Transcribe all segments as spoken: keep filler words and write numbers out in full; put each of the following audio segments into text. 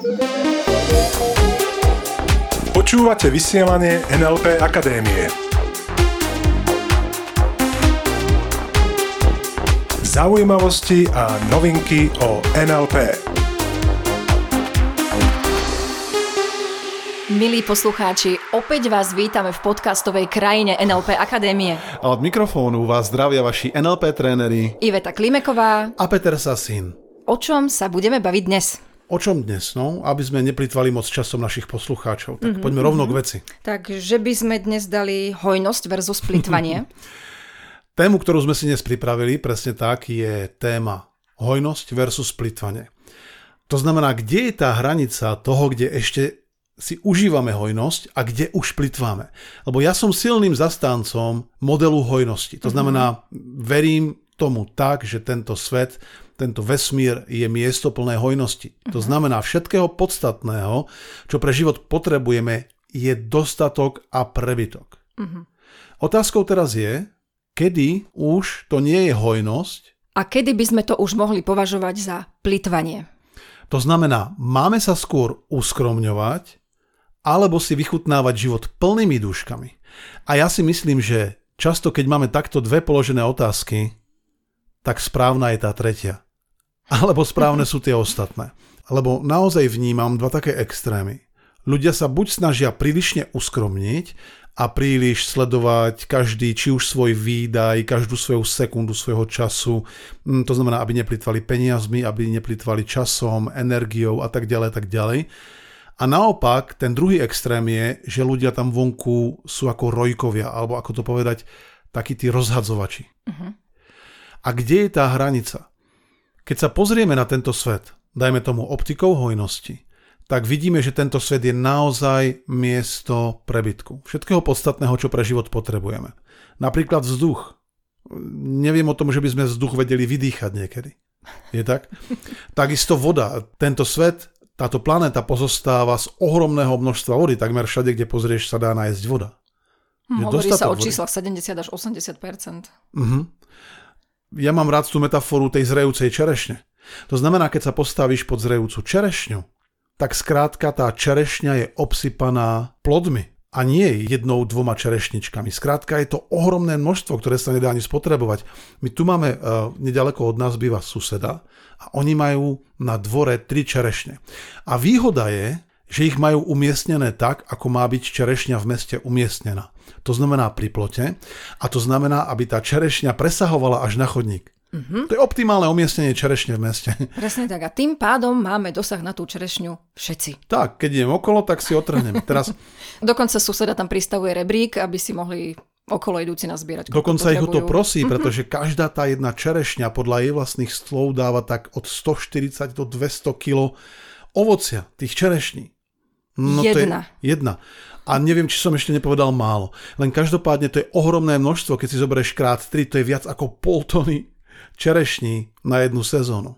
Počúvate vysielanie en el pé Akadémie. Zaujímavosti a novinky o en el pé. Milí poslucháči, opäť vás vítame v podcastovej krajine en el pé Akadémie. A od mikrofónu vás zdravia vaši en el pé tréneri Iveta Klimeková a Peter Sasin. O čom sa budeme baviť dnes? O čom dnes? No, aby sme neplitvali moc časom našich poslucháčov. Tak mm-hmm, poďme rovno mm-hmm. k veci. Takže by sme dnes dali hojnosť versus plytvanie. Tému, ktorú sme si dnes pripravili, presne tak, je téma hojnosť versus plytvanie. To znamená, kde je tá hranica toho, kde ešte si užívame hojnosť a kde už plytváme. Lebo ja som silným zastáncom modelu hojnosti. To znamená, verím tomu tak, že tento svet, tento vesmír je miesto plné hojnosti. Uh-huh. To znamená, všetkého podstatného, čo pre život potrebujeme, je dostatok a prebytok. Uh-huh. Otázkou teraz je, kedy už to nie je hojnosť. A kedy by sme to už mohli považovať za plytvanie. To znamená, máme sa skôr uskromňovať, alebo si vychutnávať život plnými dúškami. A ja si myslím, že často, keď máme takto dve položené otázky, tak správna je tá tretia. Alebo správne sú tie ostatné. Lebo naozaj vnímam dva také extrémy. Ľudia sa buď snažia prílišne uskromniť a príliš sledovať každý, či už svoj výdaj, každú svoju sekundu svojho času. To znamená, aby neplytvali peniazmi, aby neplytvali časom, energiou a tak ďalej, tak ďalej. A naopak, ten druhý extrém je, že ľudia tam vonku sú ako rojkovia, alebo ako to povedať, takí tí rozhadzovači. Uh-huh. A kde je tá hranica? Keď sa pozrieme na tento svet, dajme tomu optikou hojnosti, tak vidíme, že tento svet je naozaj miesto prebytku. Všetkého podstatného, čo pre život potrebujeme. Napríklad vzduch. Neviem o tom, že by sme vzduch vedeli vydýchať niekedy. Je tak? Takisto voda. Tento svet, táto planéta pozostáva z ohromného množstva vody. Takmer všade, kde pozrieš, sa dá nájsť voda. Hm, hovorí sa o číslach sedemdesiat až osemdesiat percent. Uh-huh. Ja mám rád tú metaforu tej zrejúcej čerešne. To znamená, keď sa postavíš pod zrejúcu čerešňu, tak skrátka tá čerešňa je obsypaná plodmi a nie jednou, dvoma čerešničkami. Skrátka je to ohromné množstvo, ktoré sa nedá ani spotrebovať. My tu máme, uh, nedaleko od nás býva suseda a oni majú na dvore tri čerešne. A výhoda je, že ich majú umiestnené tak, ako má byť čerešňa v meste umiestnená. To znamená pri plote a to znamená, aby tá čerešňa presahovala až na chodník. Uh-huh. To je optimálne umiestnenie čerešne v meste. Presne tak. A tým pádom máme dosah na tú čerešňu všetci. Tak, keď idem okolo, tak si otrhnem. Teraz... Dokonca suseda tam pristavuje rebrík, aby si mohli okolo idúci nazbierať. Dokonca ich o to prosí, pretože každá tá jedna čerešňa podľa jej vlastných slov dáva tak od stoštyridsať do dvesto kilogramov ovocia, tých čerešní. No jedna. To je jedna. A neviem, či som ešte nepovedal málo. Len každopádne to je ohromné množstvo, keď si zoberieš krát tri, to je viac ako pol tony čerešní na jednu sezónu.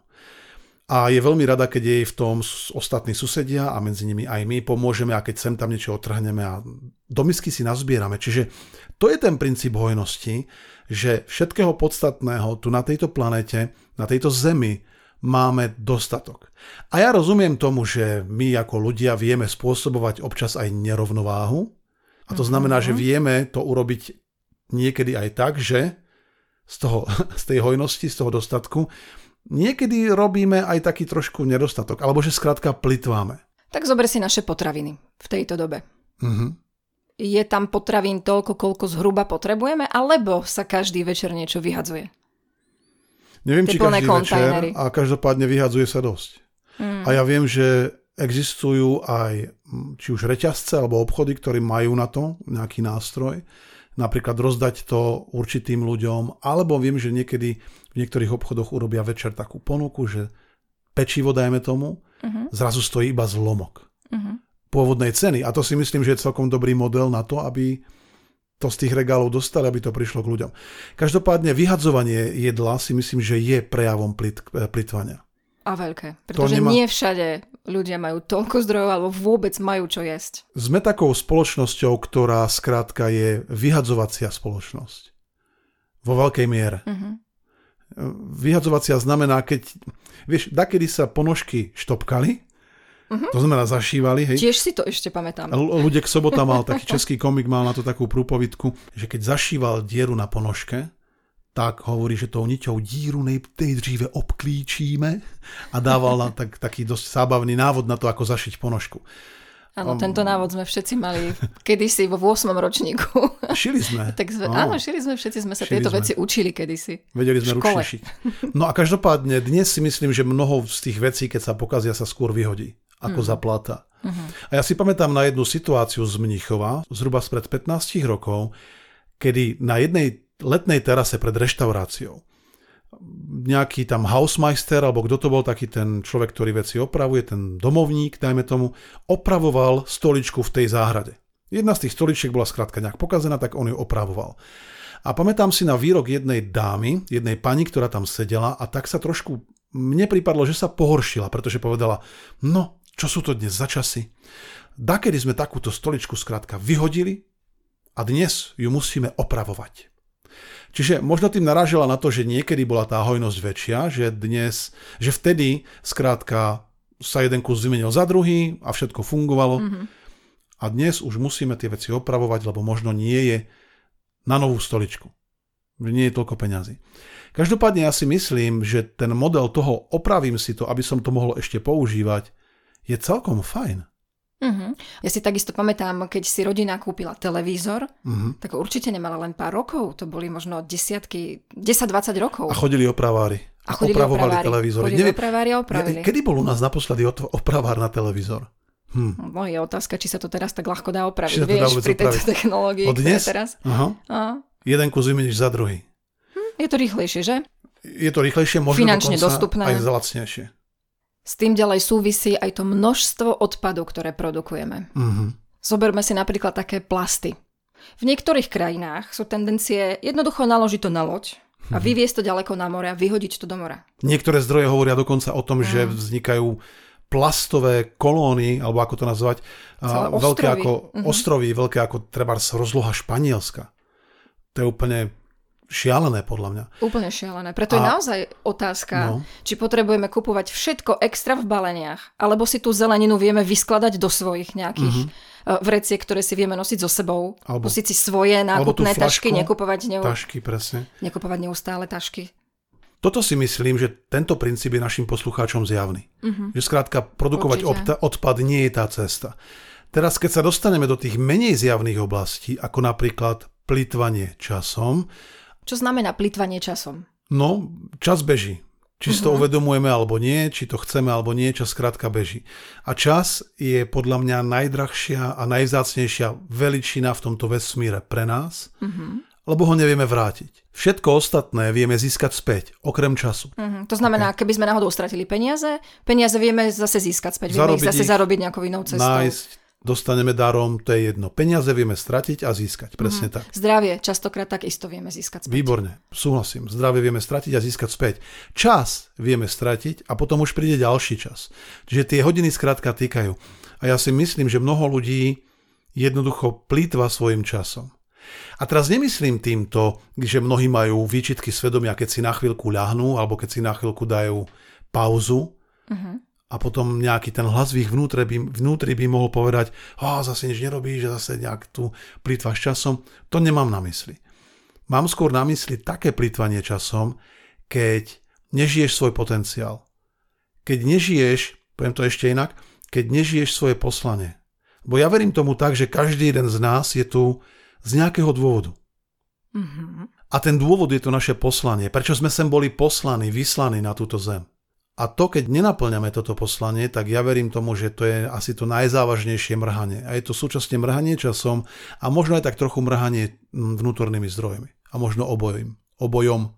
A je veľmi rada, keď jej v tom ostatní susedia a medzi nimi aj my pomôžeme a keď sem tam niečo otrhneme a do misky si nazbierame. Čiže to je ten princíp hojnosti, že všetkého podstatného tu na tejto planete, na tejto zemi máme dostatok. A ja rozumiem tomu, že my ako ľudia vieme spôsobovať občas aj nerovnováhu. A to znamená, že vieme to urobiť niekedy aj tak, že z, toho, z tej hojnosti, z toho dostatku, niekedy robíme aj taký trošku nedostatok. Alebo že skrátka plytváme. Tak zober si naše potraviny v tejto dobe. Uh-huh. Je tam potravín toľko, koľko zhruba potrebujeme, alebo sa každý večer niečo vyhadzuje? Neviem, či každý kontajnery. večer, a každopádne vyhadzuje sa dosť. Mm. A ja viem, že existujú aj či už reťazce alebo obchody, ktorí majú na to nejaký nástroj, napríklad rozdať to určitým ľuďom, alebo viem, že niekedy v niektorých obchodoch urobia večer takú ponuku, že pečivo, dajme tomu, uh-huh. zrazu stojí iba zlomok uh-huh. pôvodnej ceny. A to si myslím, že je celkom dobrý model na to, aby to z tých regálov dostali, aby to prišlo k ľuďom. Každopádne vyhadzovanie jedla si myslím, že je prejavom plit, plitvania. A veľké. Pretože nemá... nie všade ľudia majú toľko zdrojov alebo vôbec majú čo jesť. Sme takou spoločnosťou, ktorá skrátka je vyhadzovacia spoločnosť. Vo veľkej miere. Uh-huh. Vyhadzovacia znamená, keď... Vieš, dakedy sa ponožky štopkali Uh-huh. To znamená zašívali. Hej. Tiež si to ešte pamätám. L- Ľudek Sobota mal, taký český komik, mal na to takú prúpovidku, že keď zašíval dieru na ponožke, tak hovorí, že tou niťou díru nejdříve obklíčíme a dával nám tak, taký dosť zábavný návod na to, ako zašiť ponožku. Áno, um, tento návod sme všetci mali kedysi vo ôsmom ročníku. Šili sme. tak sme, no. Áno, šili sme, všetci sme sa šili tieto sme. veci učili kedysi. Vedeli sme ručne šiť. No a každopádne dnes si myslím, že mnoho z tých vecí, keď sa pokazia, sa skôr vyhodí, ako mm. zaplata. Uh-huh. A ja si pamätám na jednu situáciu z Mníchova, zhruba spred pätnásť rokov, kedy na jednej letnej terase pred reštauráciou nejaký tam housemeister, alebo kto to bol, taký ten človek, ktorý veci opravuje, ten domovník, dajme tomu, opravoval stoličku v tej záhrade. Jedna z tých stoličiek bola skrátka nejak pokazená, tak on ju opravoval. A pamätám si na výrok jednej dámy, jednej pani, ktorá tam sedela a tak sa trošku, mne pripadlo, že sa pohoršila, pretože povedala, no, čo sú to dnes za časy? Dakedy sme takúto stoličku skrátka vyhodili a dnes ju musíme opravovať. Čiže možno tým narážela na to, že niekedy bola tá hojnosť väčšia, že dnes, že vtedy skrátka sa jeden kus vymenil za druhý a všetko fungovalo. Mm-hmm. A dnes už musíme tie veci opravovať, lebo možno nie je na novú stoličku. Nie je toľko peňazí. Každopádne ja si myslím, že ten model toho opravím si to, aby som to mohol ešte používať, je celkom fajn. Uh-huh. Ja si takisto pamätám, keď si rodina kúpila televízor, uh-huh. tak určite nemala len pár rokov, to boli možno desiatky, desať dvadsať rokov. A chodili opravári. A chodili opravovali opravári. televízory. Chodili Neviem, opravári a opravili. Kedy bol u nás naposledy opravár na televízor? Hm. No je otázka, či sa to teraz tak ľahko dá opraviť, dá vieš, pri tejto opraviť. technológii, Od dnes? teraz. Aha. A? Jeden kus vymeníš za druhý. Hm, je to rýchlejšie, že? Je to rýchlejšie, možno finančne dokonca dostupné. Aj lacnejšie. S tým ďalej súvisí aj to množstvo odpadu, ktoré produkujeme. Uh-huh. Zoberme si napríklad také plasty. V niektorých krajinách sú tendencie jednoducho naložiť to na loď a uh-huh. vyviesť to ďaleko na more a vyhodiť to do mora. Niektoré zdroje hovoria dokonca o tom, uh-huh. že vznikajú plastové kolóny, alebo ako to nazvať, a veľké ako uh-huh. ostrovy, veľké ako trebárs rozloha Španielska. To je úplne šialené, podľa mňa. Úplne šialené. Preto a... je naozaj otázka, no. či potrebujeme kupovať všetko extra v baleniach, alebo si tú zeleninu vieme vyskladať do svojich nejakých uh-huh. vreciek, ktoré si vieme nosiť so sebou. Alebo, nosiť si svoje nákupné tašky, nekupovať, neu... tašky, presne. nekupovať neustále tašky. Toto si myslím, že tento princíp je našim poslucháčom zjavný. Uh-huh. Že skrátka produkovať obta- odpad nie je tá cesta. Teraz, keď sa dostaneme do tých menej zjavných oblastí, ako napríklad plytvanie časom. Čo znamená plytvanie časom? No, čas beží. Či si to uh-huh. uvedomujeme alebo nie, či to chceme alebo nie, čas skrátka beží. A čas je podľa mňa najdrahšia a najvzácnejšia veličina v tomto vesmíre pre nás, uh-huh. lebo ho nevieme vrátiť. Všetko ostatné vieme získať späť, okrem času. Uh-huh. To znamená, okay. keby sme náhodou stratili peniaze, peniaze vieme zase získať späť, vieme zarobiť ich zase ich, zarobiť nejakou inou cestou. Nájsť, dostaneme darom, to je jedno. Peniaze vieme stratiť a získať, presne mm. tak. Zdravie častokrát takisto vieme získať späť. Výborne, súhlasím. Zdravie vieme stratiť a získať späť. Čas vieme stratiť a potom už príde ďalší čas. Čiže tie hodiny skrátka týkajú. A ja si myslím, že mnoho ľudí jednoducho plýtva svojim časom. A teraz nemyslím týmto, že mnohí majú výčitky svedomia, keď si na chvíľku ľahnú alebo keď si na chvíľku dajú pauzu. Mhm. A potom nejaký ten hlas v ich vnútri by, vnútri by mohol povedať, oh, zase nič nerobíš, že zase nejak tu plýtvaš časom. To nemám na mysli. Mám skôr na mysli také plýtvanie časom, keď nežiješ svoj potenciál. Keď nežiješ, poviem to ešte inak, keď nežiješ svoje poslanie. Bo ja verím tomu tak, že každý jeden z nás je tu z nejakého dôvodu. Mm-hmm. A ten dôvod je to naše poslanie. Prečo sme sem boli poslaní, vyslaní na túto zem. A to, keď nenaplňame toto poslanie, tak ja verím tomu, že to je asi to najzávažnejšie mrhanie. A je to súčasne mrhanie časom a možno aj tak trochu mrhanie vnútornými zdrojmi. A možno obojím. Obojom.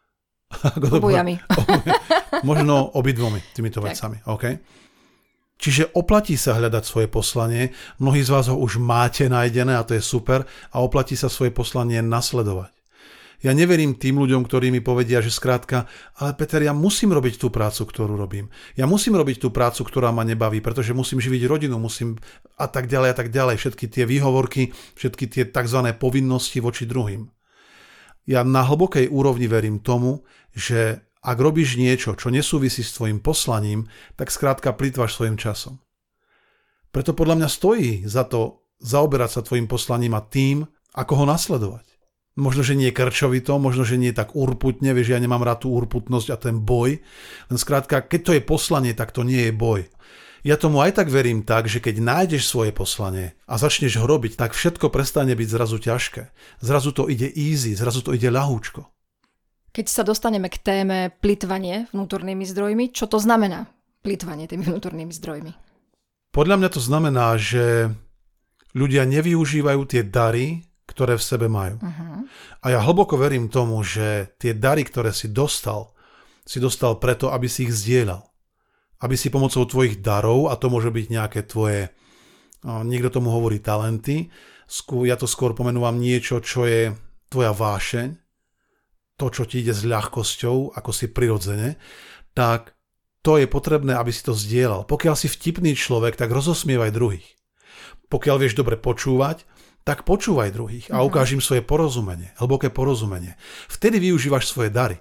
Obojami. Možno obidvomi týmito vecami. Okay? Čiže oplatí sa hľadať svoje poslanie. Mnohí z vás ho už máte nájdené a to je super. A oplatí sa svoje poslanie nasledovať. Ja neverím tým ľuďom, ktorí mi povedia, že skrátka, ale Peter, ja musím robiť tú prácu, ktorú robím. Ja musím robiť tú prácu, ktorá ma nebaví, pretože musím živiť rodinu, musím a tak ďalej a tak ďalej. Všetky tie výhovorky, všetky tie tzv. Povinnosti voči druhým. Ja na hlbokej úrovni verím tomu, že ak robíš niečo, čo nesúvisí s tvojim poslaním, tak skrátka plýtvaš svojim časom. Preto podľa mňa stojí za to zaoberať sa tvojim poslaním a tým, ako ho nasledovať. Možno, že nie krčovito, možno, že nie tak urputne, vieš, ja nemám rád tú urputnosť a ten boj, len skrátka, keď to je poslanie, tak to nie je boj. Ja tomu aj tak verím tak, že keď nájdeš svoje poslanie a začneš ho robiť, tak všetko prestane byť zrazu ťažké. Zrazu to ide easy, zrazu to ide ľahúčko. Keď sa dostaneme k téme plytvanie vnútornými zdrojmi, čo to znamená plytvanie tými vnútornými zdrojmi? Podľa mňa to znamená, že ľudia nevyužívajú tie dary, ktoré v sebe majú. Uh-huh. A ja hlboko verím tomu, že tie dary, ktoré si dostal, si dostal preto, aby si ich zdieľal. Aby si pomocou tvojich darov, a to môže byť nejaké tvoje, niekto tomu hovorí talenty, ja to skôr pomenúvam niečo, čo je tvoja vášeň, to, čo ti ide s ľahkosťou, ako si prirodzene, tak to je potrebné, aby si to zdieľal. Pokiaľ si vtipný človek, tak rozosmievaj druhých. Pokiaľ vieš dobre počúvať, tak počúvaj druhých a ukáž im svoje porozumenie, hlboké porozumenie. Vtedy využívaš svoje dary.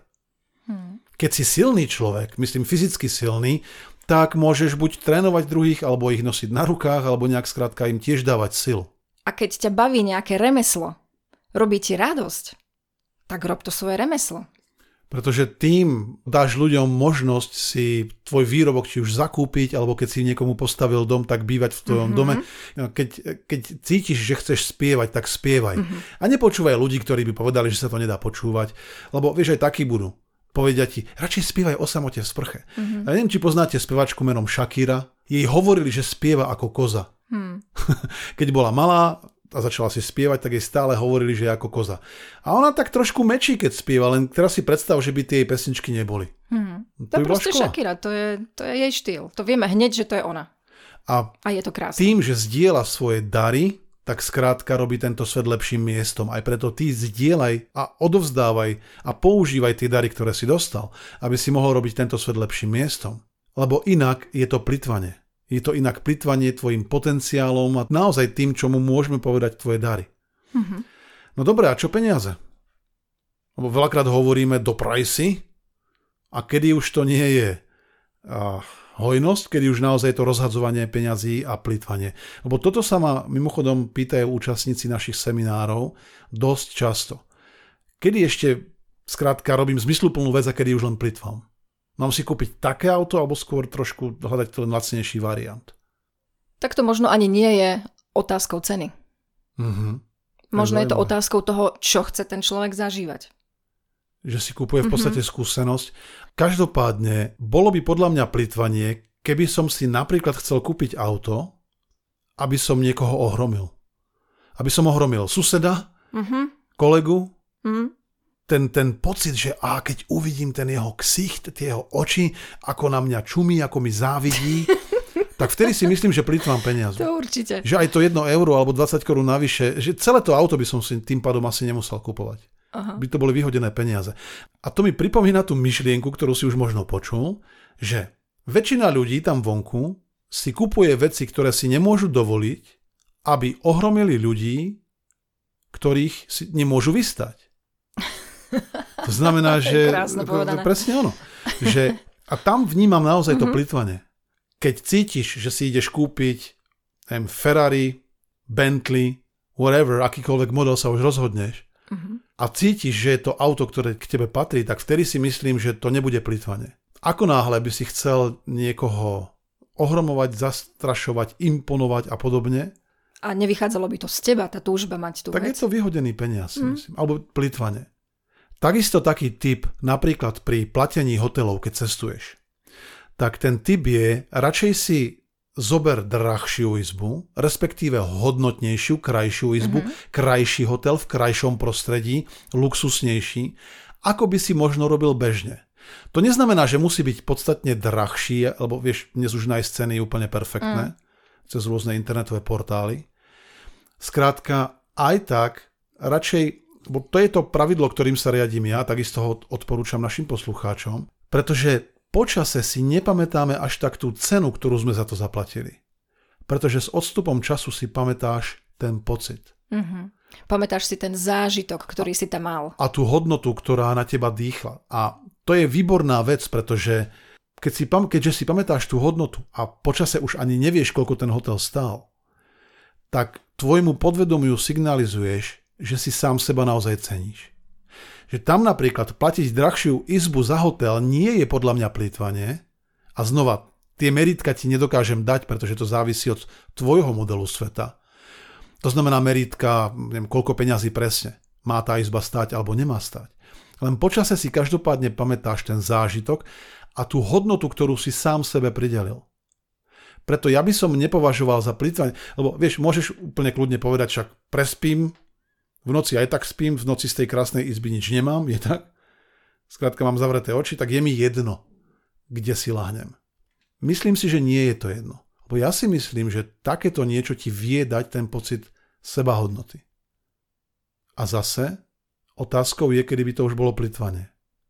Keď si silný človek, myslím fyzicky silný, tak môžeš buď trénovať druhých, alebo ich nosiť na rukách, alebo nejak skrátka im tiež dávať silu. A keď ťa baví nejaké remeslo, robí ti radosť, tak rob to svoje remeslo. Pretože tým dáš ľuďom možnosť si tvoj výrobok či už zakúpiť, alebo keď si niekomu postavil dom, tak bývať v tvojom mm-hmm. dome. Keď, keď cítiš, že chceš spievať, tak spievaj. Mm-hmm. A nepočúvaj ľudí, ktorí by povedali, že sa to nedá počúvať, lebo vieš, aj takí budú. Povedia ti, radšej spievaj o samote v sprche. Mm-hmm. Ja neviem, či poznáte spevačku menom Shakira. Jej hovorili, že spieva ako koza. Mm. Keď bola malá a začala si spievať, tak jej stále hovorili, že je ako koza. A ona tak trošku mečí, keď spieva, len teraz si predstav, že by tie jej pesničky neboli. Hmm. To, to je proste Shakira, to je, to je jej štýl. To vieme hneď, že to je ona. A, a je to krásne. Tým, že zdieľa svoje dary, tak skrátka robí tento svet lepším miestom. Aj preto ty zdieľaj a odovzdávaj a používaj tie dary, ktoré si dostal, aby si mohol robiť tento svet lepším miestom. Lebo inak je to plytvanie. Je to inak plytvanie tvojim potenciálom a naozaj tým, čomu môžeme povedať tvoje dary. Mm-hmm. No dobré, a čo peniaze? Lebo veľakrát hovoríme dopraj si a kedy už to nie je uh, hojnosť, kedy už naozaj je to rozhadzovanie peňazí a plytvanie. Lebo toto sa ma mimochodom pýtajú účastníci našich seminárov dosť často. Kedy ešte skrátka robím zmysluplnú vec a kedy už len plytvam? Mám si kúpiť také auto, alebo skôr trošku hľadať ten lacnejší variant? Tak to možno ani nie je otázkou ceny. Mm-hmm. Možno je, je to otázkou toho, čo chce ten človek zažívať. Že si kúpuje v podstate mm-hmm. skúsenosť. Každopádne, bolo by podľa mňa plytvanie, keby som si napríklad chcel kúpiť auto, aby som niekoho ohromil. Aby som ohromil suseda, mm-hmm. kolegu, mm-hmm. Ten, ten pocit, že á, keď uvidím ten jeho ksicht, tie jeho oči, ako na mňa čumí, ako mi závidí, tak vtedy si myslím, že plytvám peniaze. To určite. Že aj to jedno euro alebo dvadsať korún navyše, že celé to auto by som si tým pádom asi nemusel kupovať. Aha. By to boli vyhodené peniaze. A to mi pripomína tú myšlienku, ktorú si už možno počul, že väčšina ľudí tam vonku si kupuje veci, ktoré si nemôžu dovoliť, aby ohromili ľudí, ktorých si nemôžu vystať. To znamená, že presne ono. Že, a tam vnímam naozaj to plytvanie. Keď cítiš, že si ideš kúpiť neviem, Ferrari, Bentley, whatever, akýkoľvek model sa už rozhodneš uh-huh. a cítiš, že je to auto, ktoré k tebe patrí, tak vtedy si myslím, že to nebude plytvanie. Ako náhle by si chcel niekoho ohromovať, zastrašovať, imponovať a podobne, a nevychádzalo by to z teba, tá túžba mať tú tak vec. Tak je to vyhodený peniaz, mm. myslím, alebo plytvanie. Takisto taký tip, napríklad pri platení hotelov, keď cestuješ. Tak ten tip je, radšej si zober drahšiu izbu, respektíve hodnotnejšiu, krajšiu izbu, mm-hmm. krajší hotel v krajšom prostredí, luxusnejší, ako by si možno robil bežne. To neznamená, že musí byť podstatne drahší, lebo vieš, dnes už nájsť ceny je úplne perfektné, mm. cez rôzne internetové portály. Skrátka, aj tak, radšej, bo to je to pravidlo, ktorým sa riadím ja, takisto ho odporúčam našim poslucháčom, pretože počase si nepamätáme až tak tú cenu, ktorú sme za to zaplatili. Pretože s odstupom času si pamätáš ten pocit. Mm-hmm. Pamätáš si ten zážitok, ktorý si tam mal. A tú hodnotu, ktorá na teba dýchla. A to je výborná vec, pretože keď si, keďže si pamätáš tú hodnotu a počase už ani nevieš, koľko ten hotel stál, tak tvojmu podvedomiu signalizuješ, že si sám seba naozaj ceníš. Že tam napríklad platiť drahšiu izbu za hotel nie je podľa mňa plytvanie a znova, tie meritka ti nedokážem dať, pretože to závisí od tvojho modelu sveta. To znamená meritka, neviem, koľko peňazí presne má tá izba stať alebo nemá stať. Len počase si každopádne pamätáš ten zážitok a tú hodnotu, ktorú si sám sebe pridelil. Preto ja by som nepovažoval za plytvanie, lebo vieš, môžeš úplne kľudne povedať, však prespím, v noci aj tak spím, v noci z tej krásnej izby nič nemám, je tak? Skrátka mám zavreté oči, tak je mi jedno, kde si lahnem. Myslím si, že nie je to jedno. Lebo ja si myslím, že takéto niečo ti vie dať ten pocit sebahodnoty. A zase, otázkou je, kedy by to už bolo plytvanie.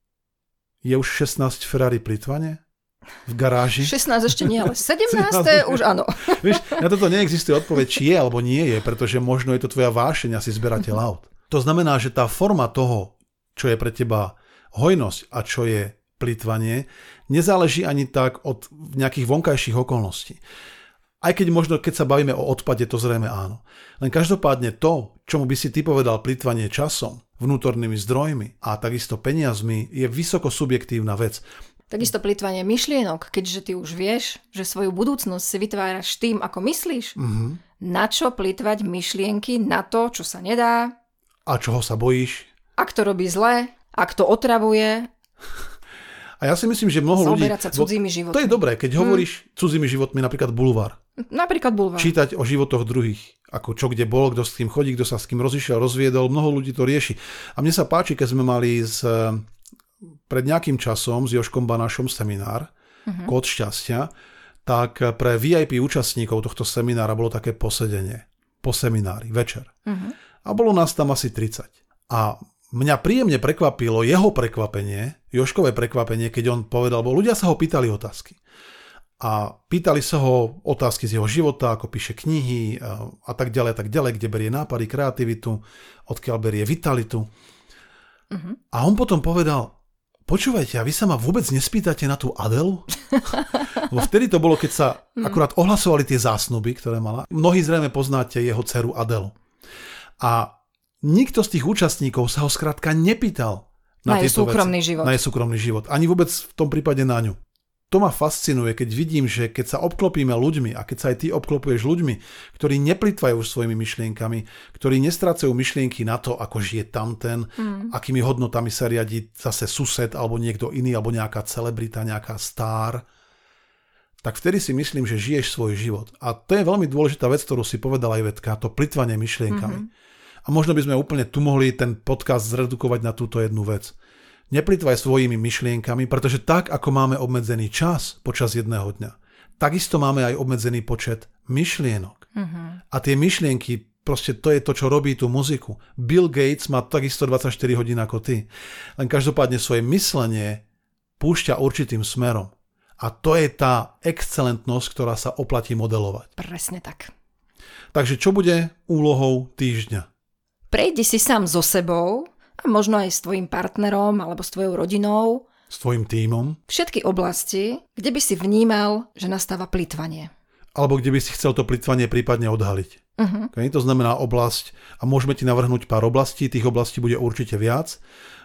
Je už šestnásť Ferrari plytvanie? V garáži? šestnásť ešte nie, ale sedemnásť už áno. Víš, na toto neexistuje odpoveď, či je alebo nie je, pretože možno je to tvoja vášeň asi zberateľ aut. To znamená, že tá forma toho, čo je pre teba hojnosť a čo je plytvanie, nezáleží ani tak od nejakých vonkajších okolností. Aj keď možno, keď sa bavíme o odpade, to zrejme áno. Len každopádne to, čomu by si ty povedal plytvanie časom, vnútornými zdrojmi a takisto peniazmi, je vysoko subjektívna vec. Takisto plytvanie myšlienok, keďže ty už vieš, že svoju budúcnosť si vytváraš tým, ako myslíš. Mm-hmm. Na čo plytvať myšlienky na to, čo sa nedá? A čoho sa bojíš? Ak to robí zle, ak to otravuje. A ja si myslím, že mnoho ľudí... Zaoberať sa cudzými životmi. To je dobré, keď hovoríš hmm. cudzými životmi, napríklad bulvár. Napríklad bulvár. Čítať o životoch druhých, ako čo kde bolo, kto s kým chodí, kto sa s kým rozišiel, rozviedol, mnoho ľudí to rieši. A mne sa páči, keď sme mali z, pred nejakým časom s Jožkom Banášom seminár, uh-huh. Kód šťastia, tak pre vé í pé účastníkov tohto seminára bolo také posedenie po seminári, večer. Uh-huh. A bolo nás tam asi tridsať. A mňa príjemne prekvapilo jeho prekvapenie, Jožkové prekvapenie, keď on povedal, bo ľudia sa ho pýtali otázky. A pýtali sa ho otázky z jeho života, ako píše knihy a, a tak ďalej, a tak ďalej, kde berie nápady, kreativitu, odkiaľ berie vitalitu. Uh-huh. A on potom povedal, počúvajte, a vy sa ma vôbec nespýtate na tú Adelu? Lebo vtedy to bolo, keď sa akurát ohlasovali tie zásnuby, ktoré mala. Mnohí zrejme poznáte jeho dceru Adelu. A nikto z tých účastníkov sa ho skrátka nepýtal na, na tieto súkromný veci. život. Na jej súkromný život. Ani vôbec v tom prípade na ňu. To ma fascinuje, keď vidím, že keď sa obklopíme ľuďmi a keď sa aj ty obklopuješ ľuďmi, ktorí neplýtvajú svojimi myšlienkami, ktorí nestrácajú myšlienky na to, ako žije tamten, mm. akými hodnotami sa riadi zase sused alebo niekto iný, alebo nejaká celebrita, nejaká star, tak vtedy si myslím, že žiješ svoj život. A to je veľmi dôležitá vec, ktorú si povedala aj Vetka, to plytvanie myšlienkami. Mm-hmm. A možno by sme úplne tu mohli ten podcast zredukovať na túto jednu vec. Neplýtvaj svojimi myšlienkami, pretože tak, ako máme obmedzený čas počas jedného dňa, takisto máme aj obmedzený počet myšlienok. Uh-huh. A tie myšlienky, proste to je to, čo robí tú muziku. Bill Gates má takisto dvadsaťštyri hodín ako ty. Len každopádne svoje myslenie púšťa určitým smerom. A to je tá excelentnosť, ktorá sa oplatí modelovať. Presne tak. Takže čo bude úlohou týždňa? Prejdi si sám so sebou, a možno aj s tvojim partnerom alebo s tvojou rodinou. S tvojim tímom. Všetky oblasti, kde by si vnímal, že nastáva plytvanie. Alebo kde by si chcel to plytvanie prípadne odhaliť. Uh-huh. Okay, to znamená oblasť, a môžeme ti navrhnúť pár oblastí, tých oblastí bude určite viac.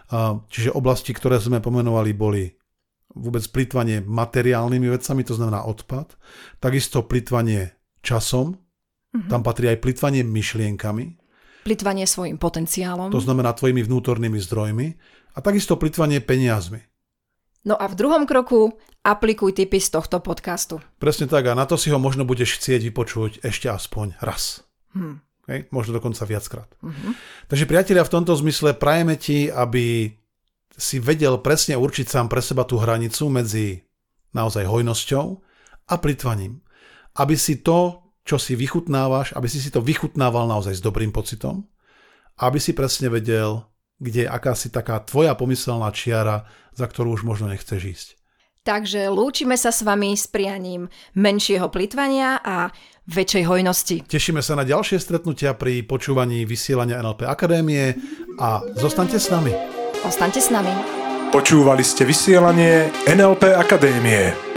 Čiže oblasti, ktoré sme pomenovali, boli vôbec plytvanie materiálnymi vecami, to znamená odpad. Takisto plytvanie časom, uh-huh. Tam patrí aj plytvanie myšlienkami. Plytvanie svojim potenciálom. To znamená tvojimi vnútornými zdrojmi. A takisto plytvanie peniazmi. No a v druhom kroku aplikuj tipy z tohto podcastu. Presne tak, a na to si ho možno budeš chcieť vypočuť ešte aspoň raz. Hmm. Okay? Možno dokonca viackrát. Uh-huh. Takže priatelia, v tomto zmysle prajeme ti, aby si vedel presne určiť sám pre seba tú hranicu medzi naozaj hojnosťou a plytvaním. Aby si to, čo si vychutnávaš, aby si si to vychutnával naozaj s dobrým pocitom, aby si presne vedel, kde je akási taká tvoja pomyselná čiara, za ktorú už možno nechceš ísť. Takže lúčime sa s vami s prianím menšieho plytvania a väčšej hojnosti. Tešíme sa na ďalšie stretnutia pri počúvaní vysielania en el pé Akadémie a zostaňte s nami. Ostaňte s nami. Počúvali ste vysielanie en el pé Akadémie.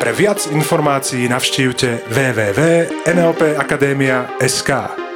Pre viac informácií navštívte w w w bodka n l p akadémia bodka es ká.